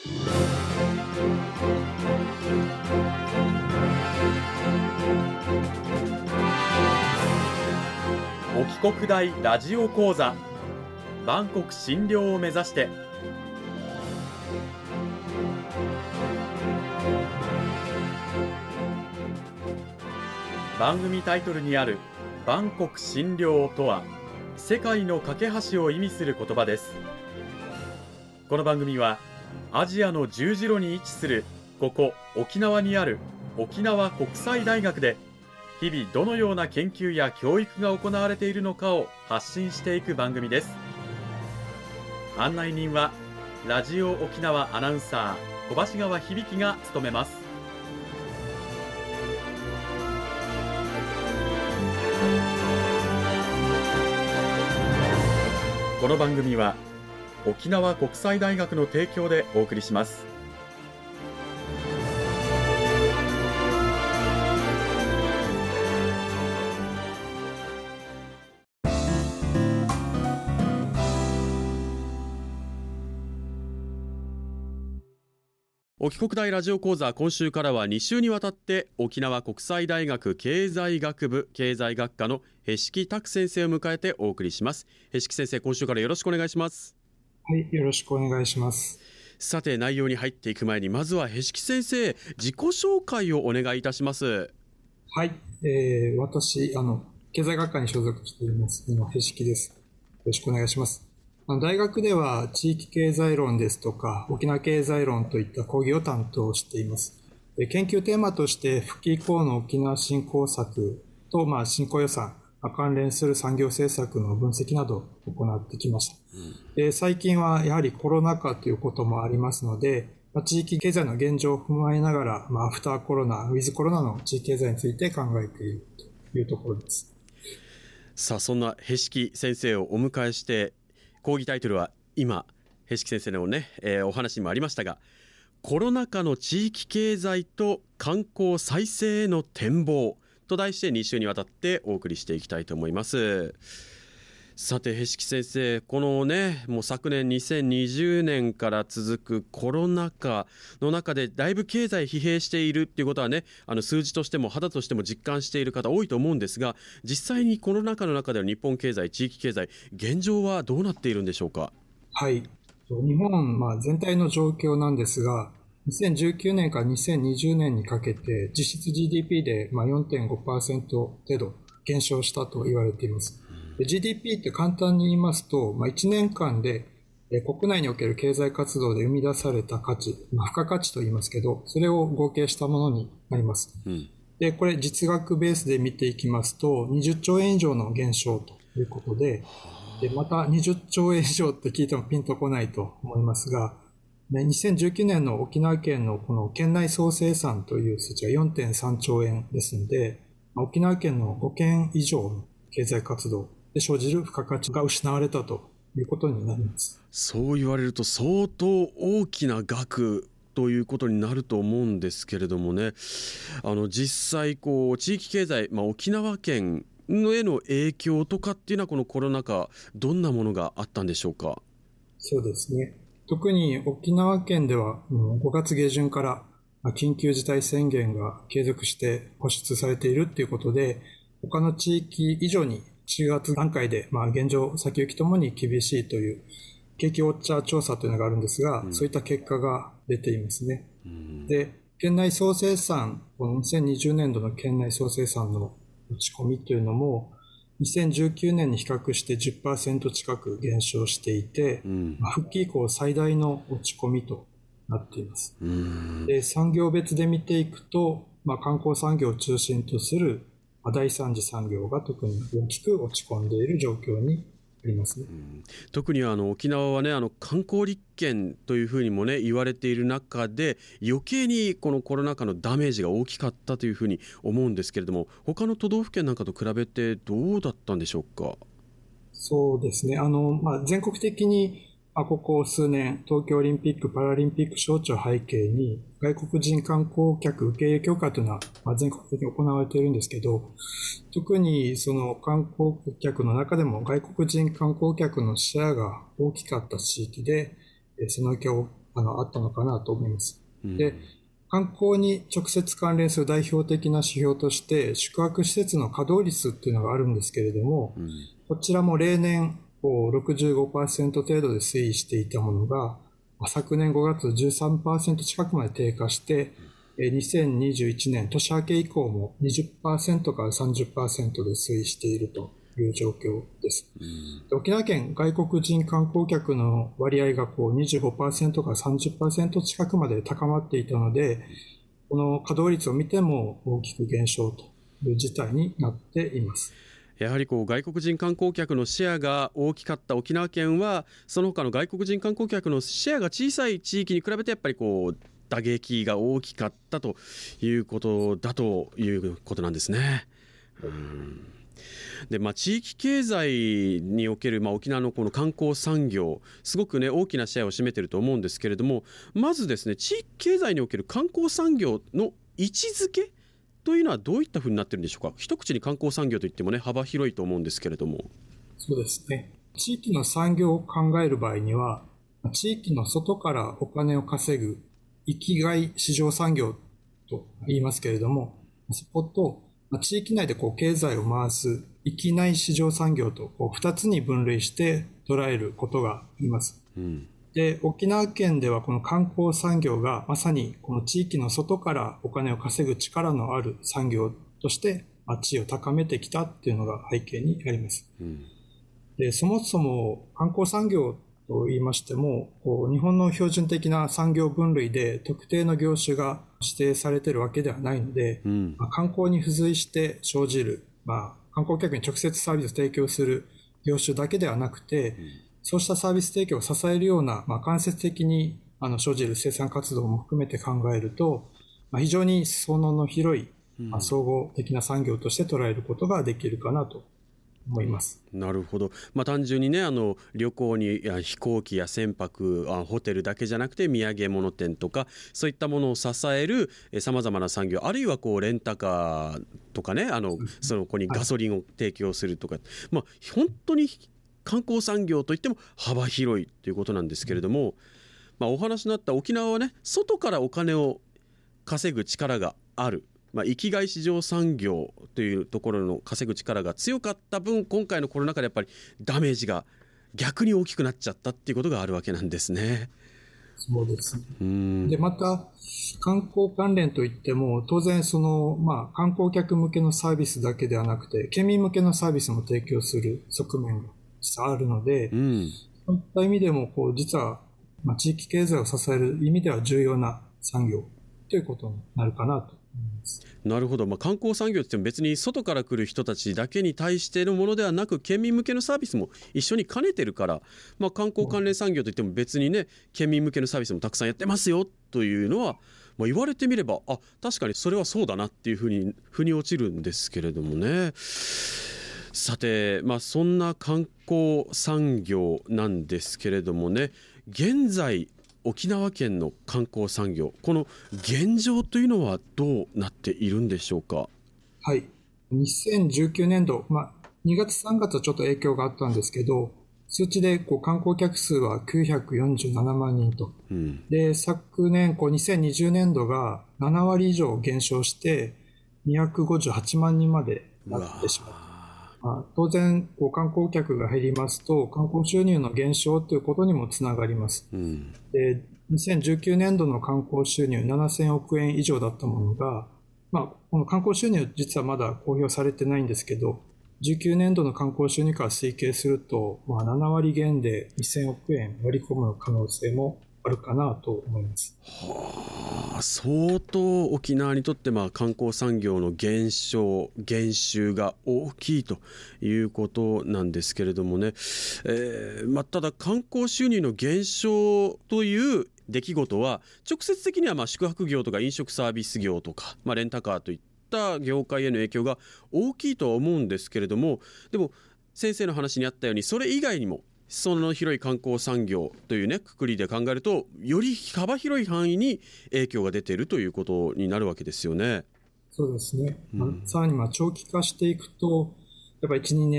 沖国大ラジオ講座、万国診療を目指して。番組タイトルにある万国診療とは、世界の架け橋を意味する言葉です。この番組はアジアの十字路に位置するここ沖縄にある沖縄国際大学で、日々どのような研究や教育が行われているのかを発信していく番組です。案内人はラジオ沖縄アナウンサー小橋川響が務めます。この番組は沖縄国際大学の提供でお送りします。沖国大ラジオ講座、今週からは2週にわたって沖縄国際大学経済学部経済学科の辺敷拓先生を迎えてお送りします。辺敷先生、今週からよろしくお願いします。 はい、よろしくお願いします。 さて、内容に入っていく前に、まずは辺敷先生、自己紹介をお願いいたします。 はい、私経済学科に所属しています辺敷です。よろしくお願いします。大学では地域経済論ですとか沖縄経済論といった講義を担当しています。研究テーマとして復帰以降の沖縄振興策と振興予算、関連する産業政策の分析などを行ってきました。最近はやはりコロナ禍ということもありますので、地域経済の現状を踏まえながら、アフターコロナ、ウィズコロナの地域経済について考えているというところです。 さあ、そんな辺敷先生をお迎えして、講義タイトルは今辺敷先生のお話にもありましたが、コロナ禍の地域経済と観光再生への展望と題して2週にわたってお送りしていきたいと思います。さて、辺敷先生、このもう昨年2020年から続くコロナ禍の中でだいぶ経済疲弊しているっていうことは数字としても肌としても実感している方多いと思うんですが、実際にコロナ禍の中での日本経済、地域経済、現状はどうなっているんでしょうか。 はい、日本、全体の状況なんですが、2019年から2020年にかけて実質 GDP で 4.5% 程度減少したと言われています。GDP って簡単に言いますと、1年間で国内における経済活動で生み出された価値、付加価値と言いますけど、それを合計したものになります。で、これ実額ベースで見ていきますと、20兆円以上の減少ということで、また20兆円以上って聞いてもピンとこないと思いますが、2019年の沖縄県のこの県内総生産という数値が 4.3 兆円ですので、沖縄県の5県以上の経済活動で生じる付加価値が失われたということになります。 そう言われると相当大きな額ということになると思うんですけれどもね、実際地域経済、沖縄県への影響とかっていうのはこのコロナ禍どんなものがあったんでしょうか。 そうですね、特に沖縄県では5月下旬から緊急事態宣言が継続して発出されているということで、他の地域以上に4月段階で現状先行きともに厳しいという景気ウォッチャー調査というのがあるんですが、そういった結果が出ていますね。で、県内総生産、この2020年度の県内総生産の落ち込みというのも2019年に比較して 10% 近く減少していて、復帰以降最大の落ち込みとなっています。で、産業別で見ていくと、観光産業を中心とする第三次産業が特に大きく落ち込んでいる状況にありますね。 特に沖縄は観光立県というふうにも言われている中で、余計にこのコロナ禍のダメージが大きかったというふうに思うんですけれども、他の都道府県なんかと比べてどうだったんでしょうか。 そうですね、全国的にここ数年、東京オリンピック・パラリンピック招致を背景に、外国人観光客受け入れ強化というのは全国的に行われているんですけど、特にその観光客の中でも外国人観光客のシェアが大きかった地域で、その影響をあったのかなと思います。 うん、 で、観光に直接関連する代表的な指標として、宿泊施設の稼働率っていうのがあるんですけれども、 うん、 こちらも例年65% 程度で推移していたものが、昨年5月 13% 近くまで低下して、2021年年明け以降も 20% から 30% で推移しているという状況です。沖縄県外国人観光客の割合が25% から 30% 近くまで高まっていたので、この稼働率を見ても大きく減少という事態になっています。 やはり外国人観光客のシェアが大きかった沖縄県は、その他の外国人観光客のシェアが小さい地域に比べてやっぱり打撃が大きかったということだということなんですね。で地域経済における、沖縄のこの観光産業、すごくね大きなシェアを占めていると思うんですけれども、まずですね、地域経済における観光産業の位置づけというのはどういったふうになっているんでしょうか。一口に観光産業といってもね幅広いと思うんですけれども。 そうですね。地域の産業を考える場合には、地域の外からお金を稼ぐ域外市場産業と言いますけれども、そこと地域内で経済を回す域内市場産業と2つに分類して捉えることがあります。で、沖縄県ではこの観光産業がまさにこの地域の外からお金を稼ぐ力のある産業として地位を高めてきたっていうのが背景にあります。で、そもそも観光産業と言いましても、日本の標準的な産業分類で特定の業種が指定されているわけではないので、観光に付随して生じる、観光客に直接サービスを提供する業種だけではなくて、そうしたサービス提供を支えるような、間接的に生じる生産活動も含めて考えると、非常に裾野の広い、総合的な産業として捉えることができるかなと思います。 なるほど。単純にね旅行に飛行機や船舶ホテルだけじゃなくて土産物店とかそういったものを支えるさまざまな産業、あるいはレンタカーとかねその子にガソリンを提供するとか、本当に観光産業といっても幅広いということなんですけれども、お話になった沖縄はね外からお金を稼ぐ力がある、域外市場産業というところの稼ぐ力が強かった分、今回のコロナ禍でやっぱりダメージが逆に大きくなっちゃったっていうことがあるわけなんですね。 そうですね。で、また観光関連といっても当然観光客向けのサービスだけではなくて県民向けのサービスも提供する側面が実はあるので、そういった意味でも実は地域経済を支える意味では重要な産業ということになるかなと。 なるほど。観光産業って別に外から来る人たちだけに対してのものではなく県民向けのサービスも一緒に兼ねてるから、観光関連産業といっても別にね県民向けのサービスもたくさんやってますよというのは、言われてみれば確かにそれはそうだなっていうふうに腑に落ちるんですけれどもね。さて、そんな観光産業なんですけれどもね、現在沖縄県の観光産業、この現状というのはどうなっているんでしょうか。 はい、2019年度、2月3月はちょっと影響があったんですけど、数値で観光客数は947万人と、で昨年2020年度が7割以上減少して258万人までなってしまった。当然観光客が減りますと観光収入の減少ということにもつながります。で2019年度の観光収入7000億円以上だったものが、この観光収入実はまだ公表されてないんですけど、19年度の観光収入から推計すると、7割減で2000億円割り込む可能性もあるかなと思います。 相当沖縄にとって観光産業の減少減収が大きいということなんですけれどもね、ただ観光収入の減少という出来事は直接的には宿泊業とか飲食サービス業とか、レンタカーといった業界への影響が大きいとは思うんですけれども、でも先生の話にあったようにそれ以外にもその広い観光産業というね括りで考えるとより幅広い範囲に影響が出ているということになるわけですよね。 そうですね。さらに長期化していくとやっぱり 1,2 年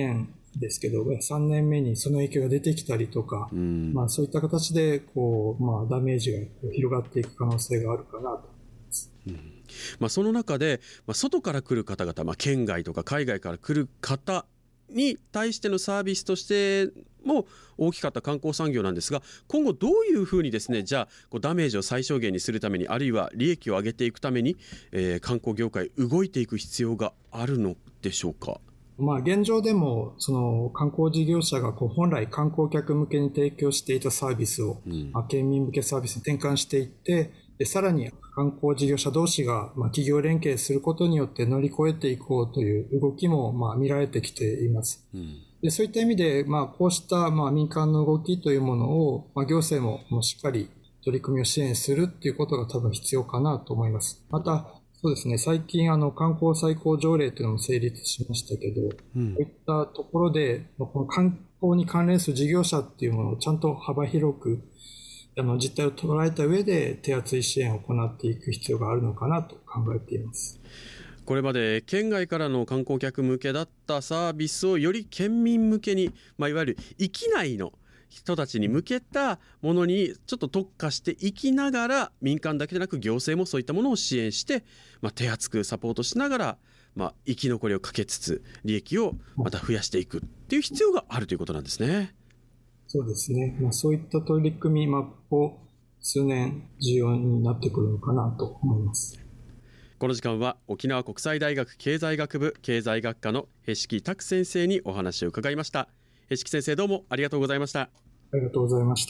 ですけど、3年目にその影響が出てきたりとか、そういった形でダメージが広がっていく可能性があるかなと思います。 その中で、外から来る方々、県外とか海外から来る方に対してのサービスとしても大きかった観光産業なんですが、今後どういうふうにですね、じゃあダメージを最小限にするために、あるいは利益を上げていくために、観光業界動いていく必要があるのでしょうか。 現状でもその観光事業者が本来観光客向けに提供していたサービスを、県民向けサービスに転換していって、でさらに観光事業者同士が企業連携することによって乗り越えていこうという動きも見られてきています。でそういった意味で、こうした民間の動きというものを、行政もしっかり取り組みを支援するということが多分必要かなと思います。またそうですね、最近観光再興条例というのも成立しましたけど、こういったところでこの観光に関連する事業者っていうものをちゃんと幅広く実態を捉えた上で手厚い支援を行っていく必要があるのかなと考えています。 これまで県外からの観光客向けだったサービスをより県民向けに、いわゆる域内の人たちに向けたものにちょっと特化していきながら、民間だけでなく行政もそういったものを支援して、手厚くサポートしながら、生き残りをかけつつ利益をまた増やしていくっていう必要があるということなんですね。 そうですね、そういった取り組み、ここ数年重要になってくるのかなと思います。 この時間は沖縄国際大学経済学部経済学科の辺敷拓先生にお話を伺いました。辺敷先生、どうもありがとうございました。 ありがとうございました。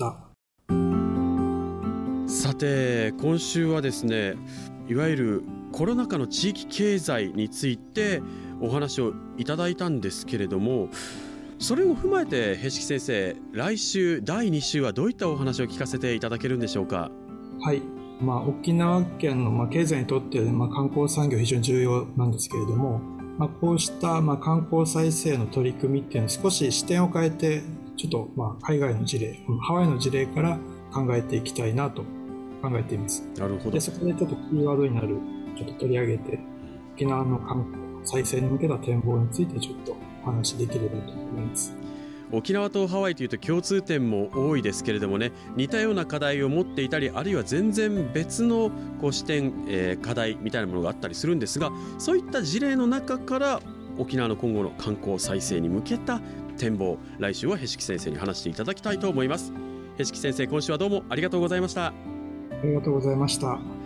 さて、今週はですね、いわゆるコロナ禍の地域経済についてお話をいただいたんですけれども、それを踏まえて辺敷先生、来週第2週はどういったお話を聞かせていただけるんでしょうか。 はい、沖縄県の経済にとって観光産業非常に重要なんですけれども、こうした観光再生の取り組みっていうのを少し視点を変えて、ちょっと海外の事例、ハワイの事例から考えていきたいなと考えています。 なるほど。 でそこでちょっとキーワードになるちょっと取り上げて、沖縄の観光再生に向けた展望についてちょっとお話しできればと思います。 沖縄とハワイというと共通点も多いですけれどもね、似たような課題を持っていたり、あるいは全然別の視点、課題みたいなものがあったりするんですが、そういった事例の中から沖縄の今後の観光再生に向けた展望、来週は辺敷先生に話していただきたいと思います。辺敷先生、今週はどうもありがとうございました。 ありがとうございました。